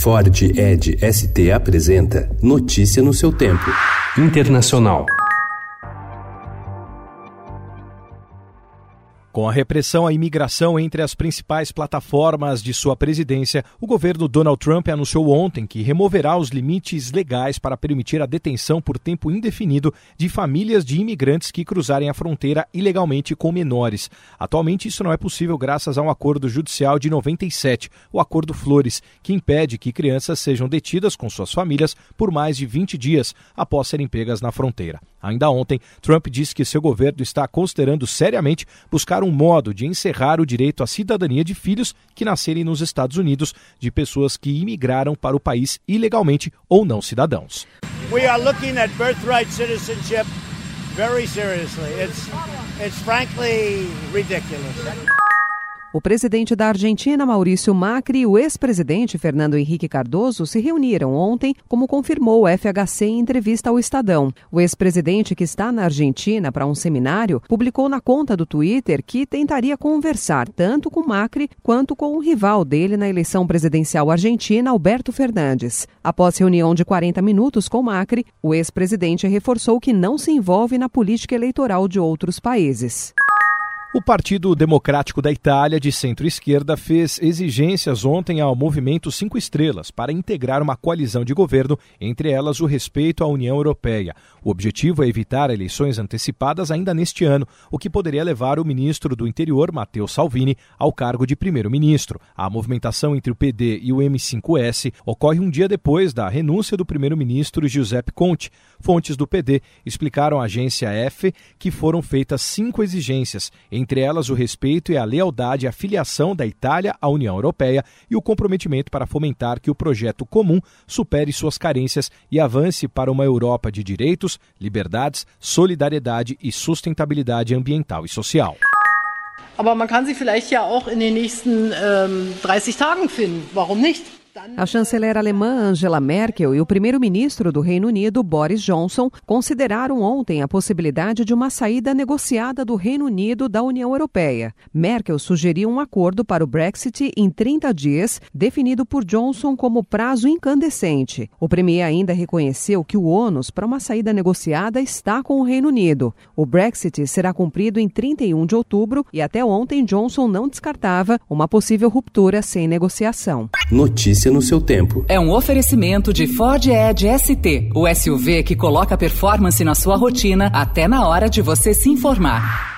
Ford Edge ST apresenta Notícia no seu tempo. Internacional. Com a repressão à imigração entre as principais plataformas de sua presidência, o governo Donald Trump anunciou ontem que removerá os limites legais para permitir a detenção por tempo indefinido de famílias de imigrantes que cruzarem a fronteira ilegalmente com menores. Atualmente, isso não é possível graças a um acordo judicial de 97, o Acordo Flores, que impede que crianças sejam detidas com suas famílias por mais de 20 dias após serem pegas na fronteira. Ainda ontem, Trump disse que seu governo está considerando seriamente buscar um modo de encerrar o direito à cidadania de filhos que nascerem nos Estados Unidos de pessoas que imigraram para o país ilegalmente ou não cidadãos. We are looking at birthright citizenship very seriously. It's frankly ridiculous. O presidente da Argentina, Maurício Macri, e o ex-presidente Fernando Henrique Cardoso se reuniram ontem, como confirmou o FHC em entrevista ao Estadão. O ex-presidente, que está na Argentina para um seminário, publicou na conta do Twitter que tentaria conversar tanto com Macri quanto com o rival dele na eleição presidencial argentina, Alberto Fernandes. Após reunião de 40 minutos com Macri, o ex-presidente reforçou que não se envolve na política eleitoral de outros países. O Partido Democrático da Itália, de centro-esquerda, fez exigências ontem ao Movimento 5 Estrelas para integrar uma coalizão de governo, entre elas o respeito à União Europeia. O objetivo é evitar eleições antecipadas ainda neste ano, o que poderia levar o ministro do Interior, Matteo Salvini, ao cargo de primeiro-ministro. A movimentação entre o PD e o M5S ocorre um dia depois da renúncia do primeiro-ministro Giuseppe Conte. Fontes do PD explicaram à agência EFE que foram feitas 5 exigências, entre elas o respeito e a lealdade à filiação da Itália à União Europeia e o comprometimento para fomentar que o projeto comum supere suas carências e avance para uma Europa de direitos, liberdades, solidariedade e sustentabilidade ambiental e social. Aber man kann sie vielleicht ja auch in den nächsten 30 Tagen finden. Warum nicht? A chanceler alemã Angela Merkel e o primeiro-ministro do Reino Unido, Boris Johnson, consideraram ontem a possibilidade de uma saída negociada do Reino Unido da União Europeia. Merkel sugeriu um acordo para o Brexit em 30 dias, definido por Johnson como prazo incandescente. O premier ainda reconheceu que o ônus para uma saída negociada está com o Reino Unido. O Brexit será cumprido em 31 de outubro e até ontem Johnson não descartava uma possível ruptura sem negociação. Notícia no seu tempo. É um oferecimento de Ford Edge ST, o SUV que coloca performance na sua rotina até na hora de você se informar.